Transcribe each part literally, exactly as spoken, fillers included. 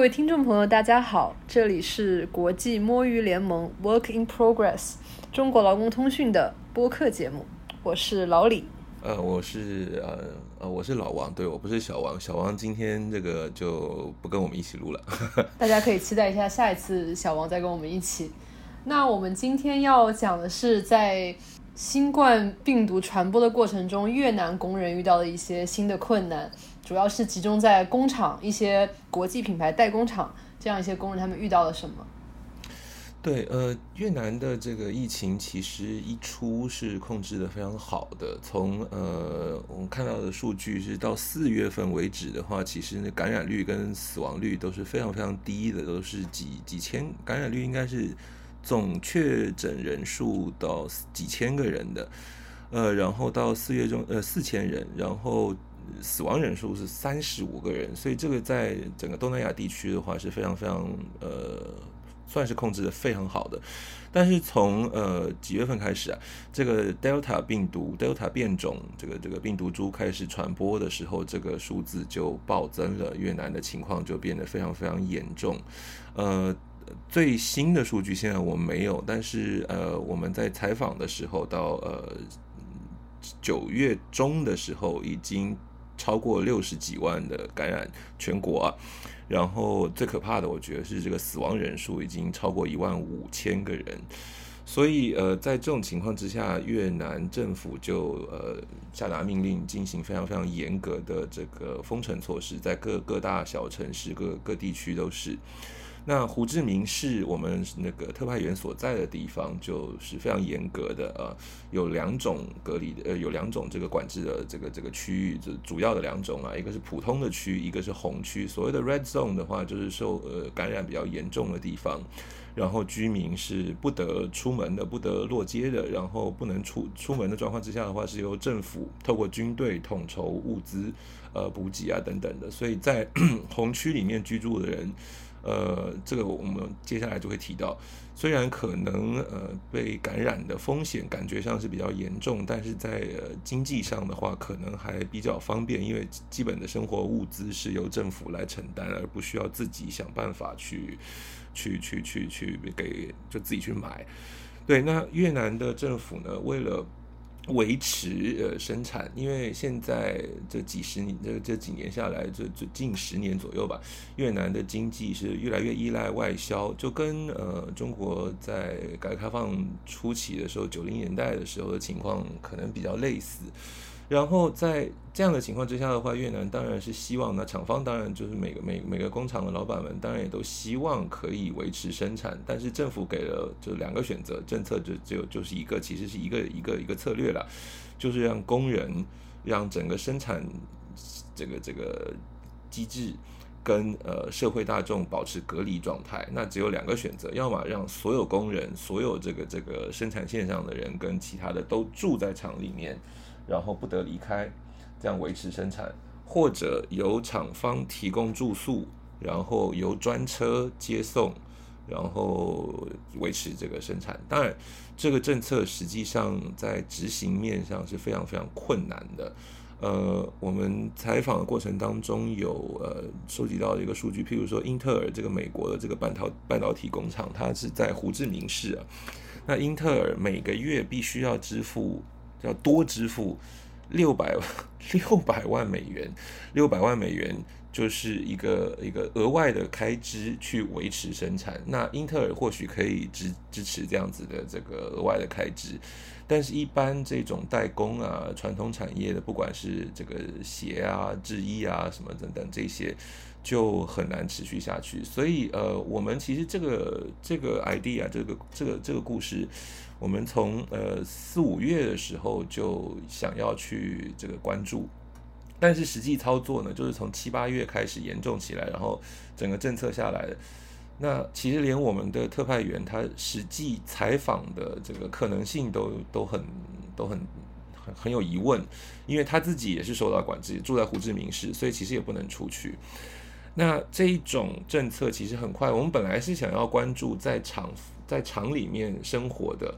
位听众朋友大家好，这里是国际摸鱼联盟 Work in Progress 中国劳工通讯的播客节目，我是老李。 呃，我是呃呃，我是老王，对，我不是小王。小王今天这个就不跟我们一起录了。 大家可以期待一下下一次小王再跟我们一起。那我们今天要讲的是在新冠病毒传播的过程中，越南工人遇到的一些新的困难，主要是集中在工厂，一些国际品牌代工厂这样一些工人他们遇到了什么。 对，呃，越南的这个疫情其实一出是控制的非常好的，从呃我们看到的数据是到四月份为止的话，其实感染率跟死亡率都是非常非常低的，都是几几千，感染率应该是总确诊人数到几千个人的，呃，然后到四月中呃四千人，然后死亡人数是三十五个人，所以这个在整个东南亚地区的话是非常非常呃。算是控制的非常好的，但是从呃几月份开始啊，这个 Delta 病毒 Delta 变种这个这个病毒株开始传播的时候，这个数字就暴增了，越南的情况就变得非常非常严重。呃，最新的数据现在我们没有，但是呃我们在采访的时候，到呃九月中的时候，已经超过六十几万的感染全国啊。然后最可怕的，我觉得是这个死亡人数已经超过一万五千个人，所以呃，在这种情况之下，越南政府就呃下达命令，进行非常非常严格的这个封城措施，在各各大小城市、各各地区都是。那胡志明市我们那个特派员所在的地方就是非常严格的，呃，有两种隔离的，呃，有两种这个管制的这个这个区域，这主要的两种啊，一个是普通的区，一个是红区。所谓的 Red Zone 的话，就是受呃感染比较严重的地方，然后居民是不得出门的，不得落街的，然后不能出出门的状况之下的话，是由政府透过军队统筹物资、呃补给啊等等的，所以在红区里面居住的人。呃，这个我们接下来就会提到，虽然可能呃被感染的风险感觉上是比较严重，但是在呃经济上的话，可能还比较方便，因为基本的生活物资是由政府来承担，而不需要自己想办法去去去去去给就自己去买。对，那越南的政府呢，为了维持呃生产，因为现在这几十年这这几年下来，这这近十年左右吧，越南的经济是越来越依赖外销，就跟呃中国在改革开放初期的时候，九零年代的时候的情况可能比较类似。然后在这样的情况之下的话，越南当然是希望，那厂方当然就是每个每每个工厂的老板们当然也都希望可以维持生产，但是政府给了就两个选择，政策就只有就是一个，其实是一个一个一个策略啦，就是让工人让整个生产这个这个机制跟呃社会大众保持隔离状态，那只有两个选择，要么让所有工人、所有这个这个生产线上的人跟其他的都住在厂里面。然后不得离开，这样维持生产，或者由厂方提供住宿，然后由专车接送，然后维持这个生产。当然，这个政策实际上在执行面上是非常非常困难的。呃，我们采访的过程当中有呃收集到一个数据，譬如说英特尔这个美国的这个半导半导体工厂，它是在胡志明市啊。那英特尔每个月必须要支付。要多支付六百六百万美元，六百万美元就是一个一个额外的开支去维持生产。那英特尔或许可以支支持这样子的这个额外的开支，但是一般这种代工啊、传统产业的，不管是这个鞋啊、制衣啊什么等等这些。就很难持续下去，所以呃，我们其实这个这个 idea 这个这个这个故事，我们从呃四五月的时候就想要去这个关注，但是实际操作呢，就是从七八月开始严重起来，然后整个政策下来的，那其实连我们的特派员他实际采访的这个可能性都都很都很。很很有疑问，因为他自己也是受到管制，住在胡志明市，所以其实也不能出去。那这一种政策其实很快，我们本来是想要关注在厂在厂里面生活的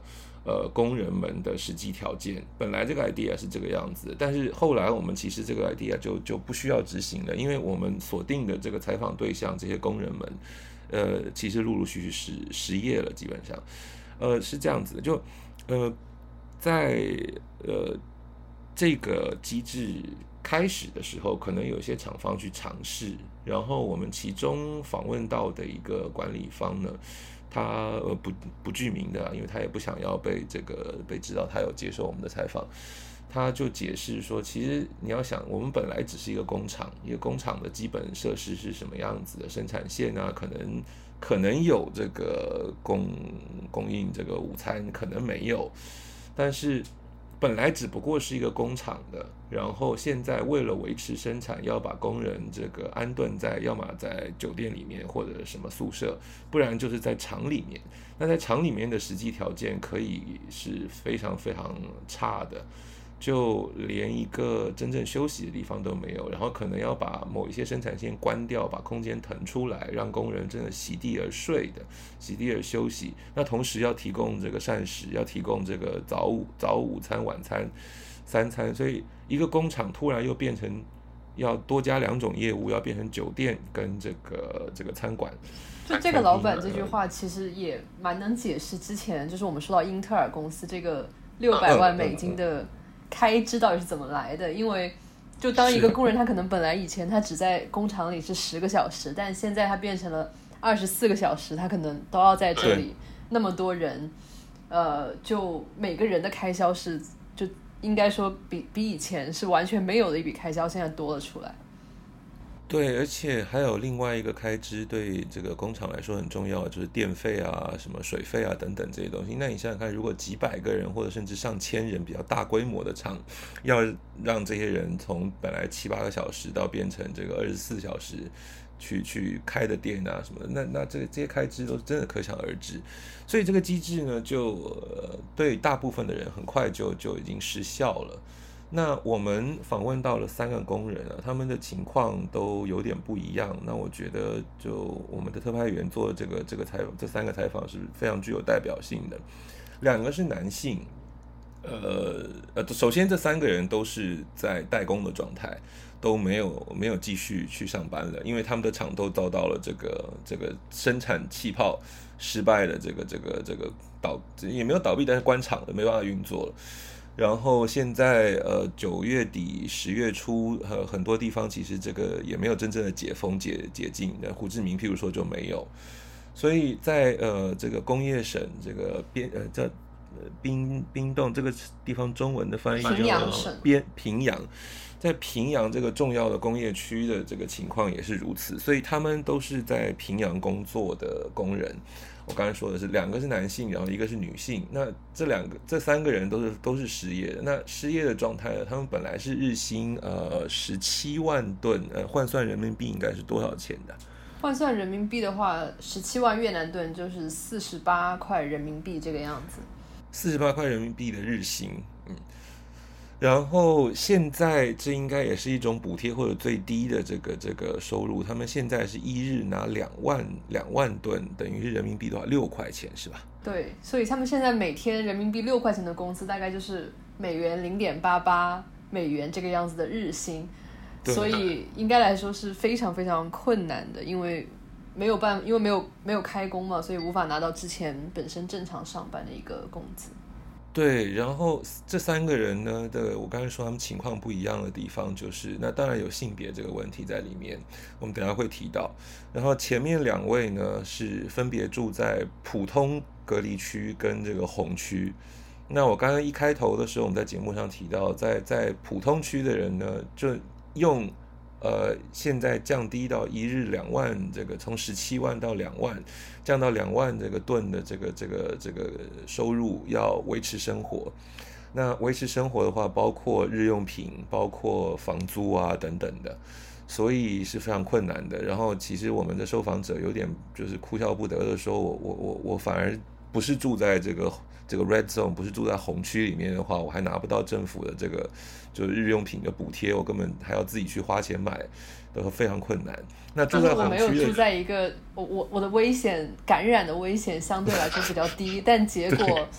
呃工人们的实际条件。本来这个 idea 是这个样子，但是后来我们其实这个 idea 就就不需要执行了，因为我们锁定的这个采访对象，这些工人们，呃，其实陆陆续续失失业了，基本上，呃，是这样子的，就呃在呃这个机制开始的时候，可能有些厂方去尝试，然后我们其中访问到的一个管理方呢，他呃不不具名的，因为他也不想要被这个被知道他有接受我们的采访，他就解释说，其实你要想，我们本来只是一个工厂，一个工厂的基本设施是什么样子的，生产线啊，可能可能有这个供供应这个午餐，可能没有，但是本来只不过是一个工厂的，然后现在为了维持生产，要把工人这个安顿在要么在酒店里面或者什么宿舍，不然就是在厂里面。那在厂里面的实际条件可以是非常非常差的，就连一个真正休息的地方都没有，然后可能要把某一些生产线关掉，把空间腾出来，让工人真的席地而睡的，席地而休息。那同时要提供这个膳食，要提供这个早午早午餐、晚餐、三餐，所以一个工厂突然又变成要多加两种业务，要变成酒店跟这个这个餐馆。 就这个老板这句话其实也蛮能解释之前就是我们说到英特尔公司这个六百万美金的开支到底是怎么来的，因为就当一个工人，他可能本来以前他只在工厂里是十个小时，但现在他变成了二十四个小时，他可能都要在这里，那么多人，呃，就每个人的开销是就应该说比比以前是完全没有的一笔开销，现在多了出来。 对，而且还有另外一个开支，对这个工厂来说很重要，就是电费啊、什么水费啊等等这些东西。那你想想看，如果几百个人或者甚至上千人比较大规模的厂，要让这些人从本来七八个小时到变成这个二十四小时去去开的店啊什么的，那那这个这些开支都真的可想而知。所以这个机制呢，就、呃、对大部分的人很快就就已经失效了。那我们访问到了三个工人啊，他们的情况都有点不一样。那我觉得，就我们的特派员做这个这个采访，这三个采访是非常具有代表性的。两个是男性，呃呃，首先这三个人都是在代工的状态，都没有没有继续去上班了，因为他们的厂都遭到了这个这个生产气泡失败的这个这个这个倒也没有倒闭，但是关厂了，没办法运作了。然后现在呃九月底十月初，呃很多地方其实这个也没有真正的解封解解禁，那胡志明譬如说就没有，所以在呃这个工业省这个边呃叫冰冰冻这个地方中文的翻译叫边平阳，在平阳这个重要的工业区的这个情况也是如此，所以他们都是在平阳工作的工人。我刚才说的是两个是男性，然后一个是女性。那这两个、这三个人都是都是失业的。那失业的状态呢？他们本来是日薪呃十七万吨，呃换算人民币应该是多少钱的？ 换算人民币的话，十七万越南盾就是四十八块人民币这个样子。 四十八块人民币的日薪，嗯。然后现在这应该也是一种补贴或者最低的这个这个收入，他们现在是一日拿两万两万吨，等于是人民币的话六块钱是吧？ 对，所以他们现在每天人民币六块钱的工资，大概就是美元零点八八美元这个样子的日薪，所以应该来说是非常非常困难的，因为没有办，因为没有没有开工嘛，所以无法拿到之前本身正常上班的一个工资。 对，然后这三个人呢的，我刚才说他们情况不一样的地方，就是那当然有性别这个问题在里面，我们等一下会提到。然后前面两位呢是分别住在普通隔离区跟这个红区。那我刚刚一开头的时候，我们在节目上提到，在在普通区的人呢，就用呃现在降低到一日两万，这个从十七万到两万。降到两万这个吨的这个这个这个收入，要维持生活。那维持生活的话，包括日用品，包括房租啊等等的，所以是非常困难的。然后其实我们的受访者有点就是哭笑不得的说，我我我我反而不是住在这个这个 red zone， 不是住在红区里面的话，我还拿不到政府的这个就是日用品的补贴，我根本还要自己去花钱买。都非常困难。那住在红区的， 但是我没有住在一个，我我我的危险感染的危险相对来说比较低，但结果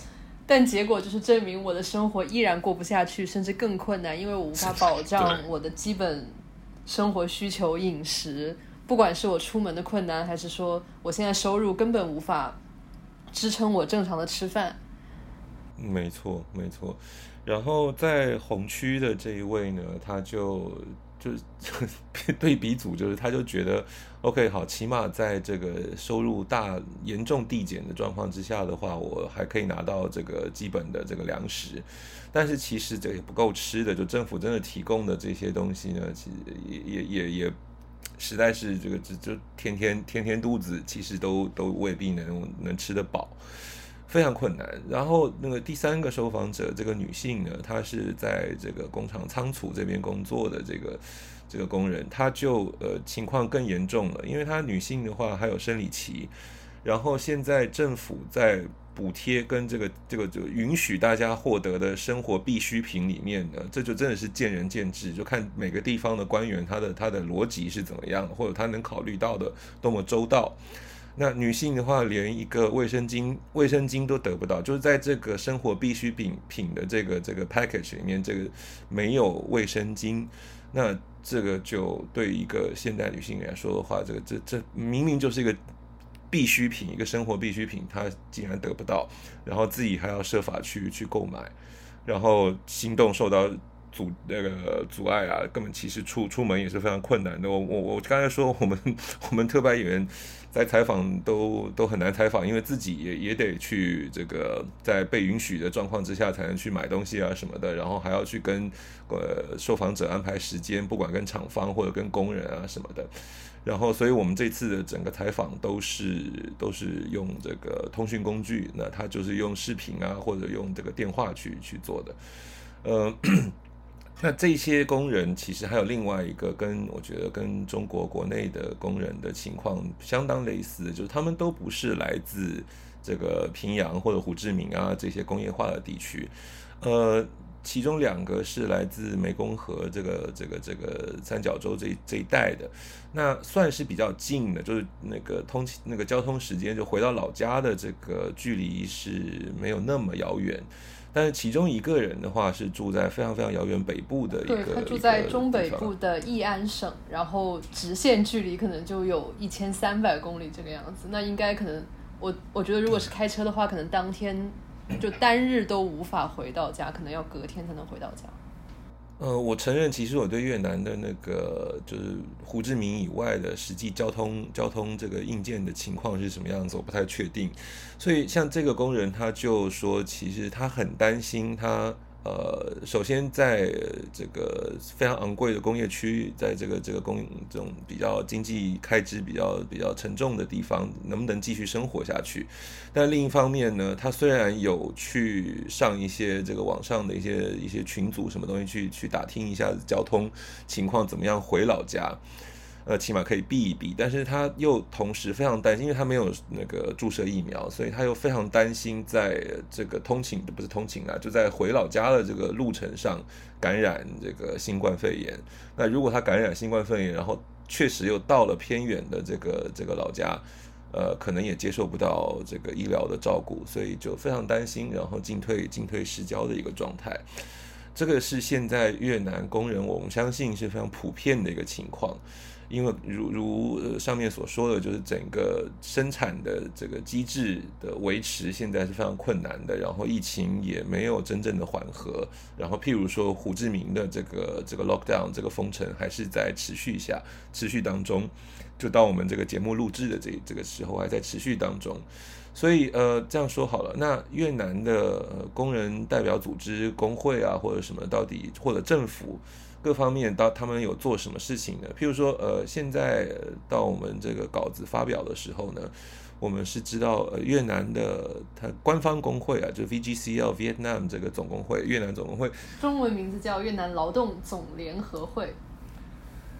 但结果就是证明我的生活依然过不下去，甚至更困难，因为我无法保障我的基本生活需求饮食，不管是我出门的困难，还是说我现在收入根本无法支撑我正常的吃饭。 没错没错。然后在红区的这一位呢，他就就对比组，就是他就觉得 OK 好，起码在这个收入大严重递减的状况之下的话，我还可以拿到这个基本的这个粮食，但是其实这也不够吃的，就政府真的提供的这些东西呢，其实也也也也实在是这个就就天天天天肚子，其实都都未必能能吃得饱。非常困难。然后那个第三个受访者，这个女性呢，她是在这个工厂仓储这边工作的这个这个工人，她就呃情况更严重了，因为她女性的话还有生理期，然后现在政府在补贴跟这个这个就允许大家获得的生活必需品里面呢，这就真的是见仁见智，就看每个地方的官员他的他的逻辑是怎么样，或者他能考虑到的多么周到。那女性的话，连一个卫生巾、卫生巾都得不到，就是在这个生活必需品品的这个这个 package 里面，这个没有卫生巾，那这个就对一个现代女性来说的话，这个这这明明就是一个必需品，一个生活必需品，她竟然得不到，然后自己还要设法去去购买，然后行动受到阻那个阻碍啊，根本其实出出门也是非常困难的。我我我刚才说我们我们特派员在采访都都很难采访，因为自己也也得去这个在被允许的状况之下才能去买东西啊什么的，然后还要去跟呃受访者安排时间，不管跟厂方或者跟工人啊什么的。然后，所以我们这次的整个采访都是都是用这个通讯工具，那他就是用视频啊或者用这个电话去去做的，呃。那这些工人其实还有另外一个跟我觉得跟中国国内的工人的情况相当类似，就是他们都不是来自这个平阳或者胡志明啊这些工业化的地区，呃，其中两个是来自湄公河这个这个这个三角洲这这一带的，那算是比较近的，就是那个通勤那个交通时间就回到老家的这个距离是没有那么遥远。但是其中一个人的话是住在非常非常遥远北部的一个， 对，他住在中北部的义安省，然后直线距离可能就有一千三百公里这个样子。那应该可能我我觉得如果是开车的话，可能当天就单日都无法回到家，可能要隔天才能回到家。 呃，我承认，其实我对越南的那个就是胡志明以外的实际交通交通这个硬件的情况是什么样子，我不太确定。所以像这个工人，他就说，其实他很担心他。呃，首先在这个非常昂贵的工业区，在这个这个工这种比较经济开支比较比较沉重的地方，能不能继续生活下去？但另一方面呢，他虽然有去上一些这个网上的一些一些群组什么东西去去打听一下交通情况怎么样，回老家。呃，起码可以避一避，但是他又同时非常担心，因为他没有那个注射疫苗，所以他又非常担心在这个通勤不是通勤啊，就在回老家的这个路程上感染这个新冠肺炎。那如果他感染新冠肺炎，然后确实又到了偏远的这个这个老家，呃，可能也接受不到这个医疗的照顾，所以就非常担心，然后进退进退失交的一个状态。这个是现在越南工人，我们相信是非常普遍的一个情况。因为如如、呃、上面所说的，就是整个生产的这个机制的维持现在是非常困难的，然后疫情也没有真正的缓和，然后譬如说胡志明的这个这个 lockdown 这个封城还是在持续下持续当中，就到我们这个节目录制的这这个时候还在持续当中。所以呃这样说好了，那越南的、呃、工人代表组织工会啊或者什么到底或者政府各方面到他们有做什么事情呢？譬如说呃现在到我们这个稿子发表的时候呢，我们是知道呃越南的它官方工会啊，就是 V G C L Vietnam 这个总工会，越南总工会， 中文名字叫越南劳动总联合会。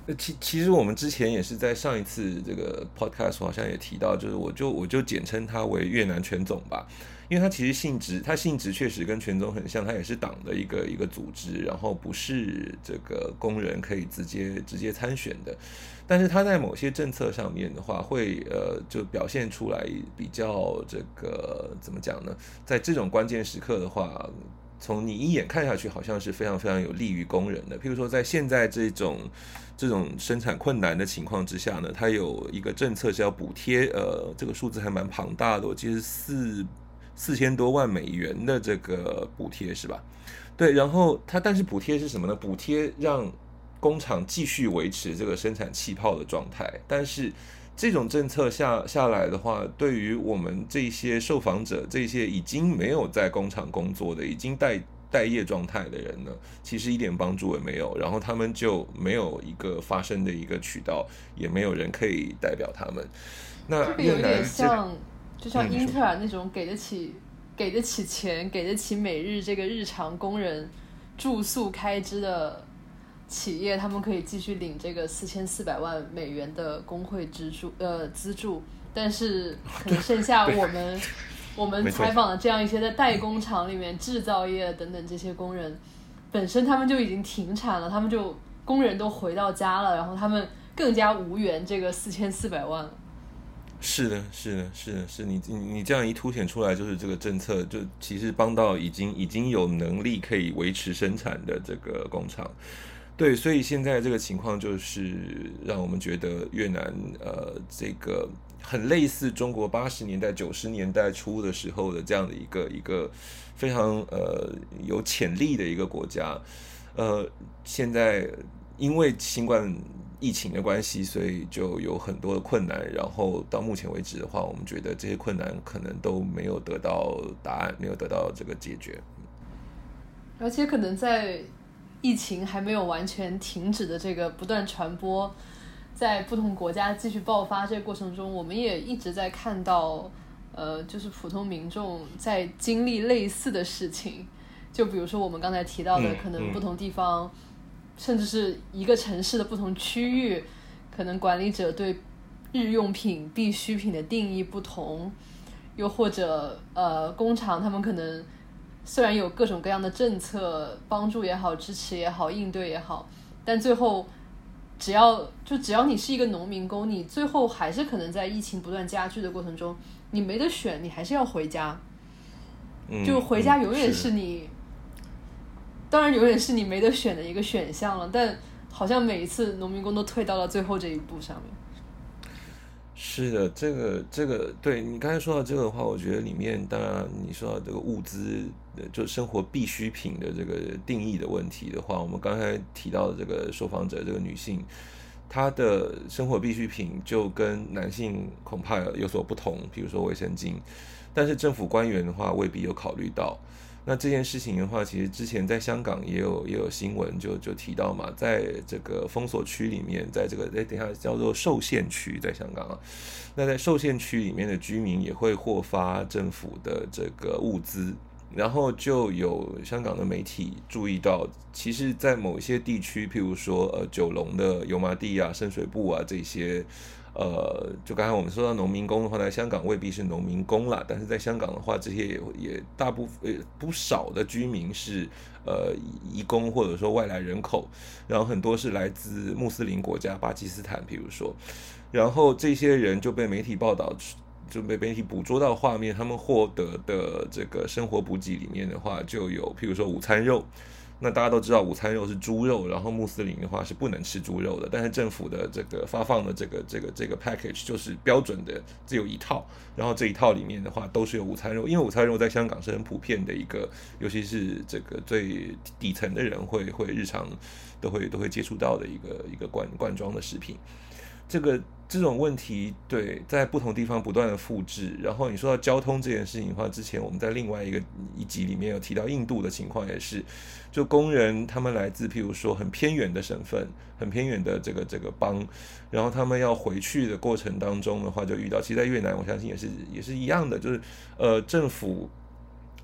其其实我们之前也是在上一次这个 podcast 好像也提到，就是我就我就简称它为越南全总吧，因为它其实性质它性质确实跟全总很像，它也是党的一个一个组织，然后不是这个工人可以直接直接参选的，但是它在某些政策上面的话，会呃就表现出来比较这个怎么讲呢？在这种关键时刻的话，从你一眼看下去，好像是非常非常有利于工人的。譬如说，在现在这种这种生产困难的情况之下呢，它有一个政策是要补贴，呃，这个数字还蛮庞大的，我记得是四四千多万美元的这个补贴是吧？对，然后它但是补贴是什么呢？补贴让工厂继续维持这个生产气泡的状态，但是这种政策下下来的话，对于我们这些受访者，这些已经没有在工厂工作的，已经待待业状态的人呢，其实一点帮助也没有，然后他们就没有一个发声的一个渠道，也没有人可以代表他们。那这个有点像，就像嗯英特尔那种给得起、给得起钱、给得起每日这个日常工人住宿开支的企业，他们可以继续领这个四千四百万美元的工会支柱呃资助，但是可能剩下我们我们采访的这样一些在代工厂里面制造业等等这些工人，本身他们就已经停产了，他们就工人都回到家了，然后他们更加无缘这个四千四百万了。 是的，是的，是的，是你你你这样一凸显出来，就是这个政策就其实帮到已经已经有能力可以维持生产的这个工厂。对，所以现在这个情况就是让我们觉得越南呃这个很类似中国八十年代九十年代初的时候的这样的一个一个非常呃有潜力的一个国家，呃现在因为新冠疫情的关系，所以就有很多的困难，然后到目前为止的话，我们觉得这些困难可能都没有得到答案，没有得到这个解决， 而且可能在疫情还没有完全停止的这个不断传播，在不同国家继续爆发这个过程中，我们也一直在看到，呃，就是普通民众在经历类似的事情。就比如说我们刚才提到的， 嗯、 可能不同地方、嗯，甚至是一个城市的不同区域，可能管理者对日用品、必需品的定义不同，又或者呃，工厂他们可能虽然有各种各样的政策帮助也好、支持也好、应对也好，但最后只要就只要你是一个农民工，你最后还是可能在疫情不断加剧的过程中，你没得选，你还是要回家。就回家永远是你、嗯嗯、当然永远是你没得选的一个选项了，但好像每一次农民工都退到了最后这一步上面。 是的，这个这个对你刚才说到这个的话，我觉得里面当然你说到这个物资，就生活必需品的这个定义的问题的话，我们刚才提到的这个受访者这个女性，她的生活必需品就跟男性恐怕有所不同，比如说卫生巾，但是政府官员的话未必有考虑到。那这件事情的话，其实之前在香港也有也有新闻就就提到嘛，在这个封锁区里面，在这个哎等一下叫做受限区，在香港啊，那在受限区里面的居民也会获发政府的这个物资，然后就有香港的媒体注意到，其实，在某一些地区，譬如说呃九龙的油麻地啊、深水埗啊这些。呃，就刚才我们说到农民工的话，在香港未必是农民工啦，但是在香港的话，这些也也大部分呃不少的居民是呃移工或者说外来人口，然后很多是来自穆斯林国家，巴基斯坦，比如说，然后这些人就被媒体报道，就被媒体捕捉到画面，他们获得的这个生活补给里面的话，就有譬如说午餐肉。那大家都知道午餐肉是猪肉，然后穆斯林的话是不能吃猪肉的，但是政府的这个发放的这个这个这个 package 就是标准的只有一套，然后这一套里面的话都是有午餐肉，因为午餐肉在香港是很普遍的一个，尤其是这个最底层的人会会日常都会都会接触到的一个一个罐罐装的食品。这个这种问题，对，在不同地方不断的复制。然后你说到交通这件事情的话，之前我们在另外一个一集里面有提到印度的情况，也是，就工人他们来自譬如说很偏远的省份，很偏远的这个这个邦，然后他们要回去的过程当中的话，就遇到，其实在越南我相信也是也是一样的，就是呃政府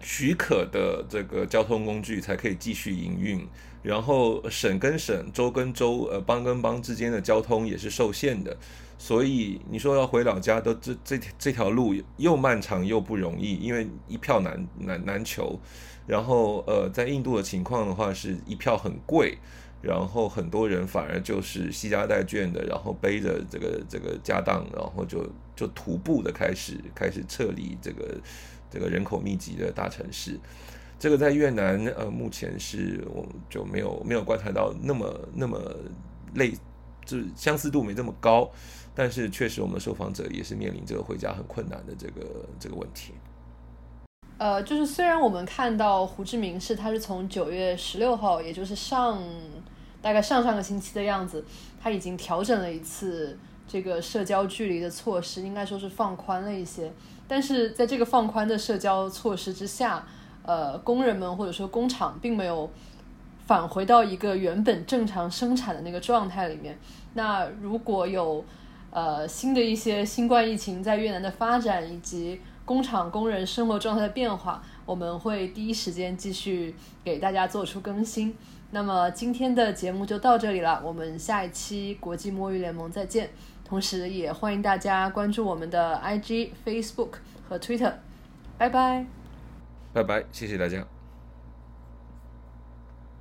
许可的这个交通工具才可以继续营运，然后省跟省、州跟州、呃邦跟邦之间的交通也是受限的，所以你说要回老家都这这这条路又漫长又不容易，因为一票难难难求，然后呃在印度的情况的话是一票很贵。然后很多人反而就是携家带眷的，然后背着这个这个家当，然后就就徒步的开始开始撤离这个这个人口密集的大城市。这个在越南呃目前是我们就没有没有观察到那么那么类，就是相似度没这么高，但是确实我们的受访者也是面临这个回家很困难的这个这个问题。 呃，就是虽然我们看到胡志明市他是从九月十六号，也就是上大概上上个星期的样子，他已经调整了一次这个社交距离的措施，应该说是放宽了一些。但是在这个放宽的社交措施之下，呃，工人们或者说工厂并没有返回到一个原本正常生产的那个状态里面。那如果有呃新的一些新冠疫情在越南的发展，以及工厂工人生活状态的变化，我们会第一时间继续给大家做出更新。那么今天的节目就到这里了，我们下一期国际摸鱼联盟再见。同时也欢迎大家关注我们的 I G、Facebook 和 Twitter。拜拜， 拜拜，谢谢大家。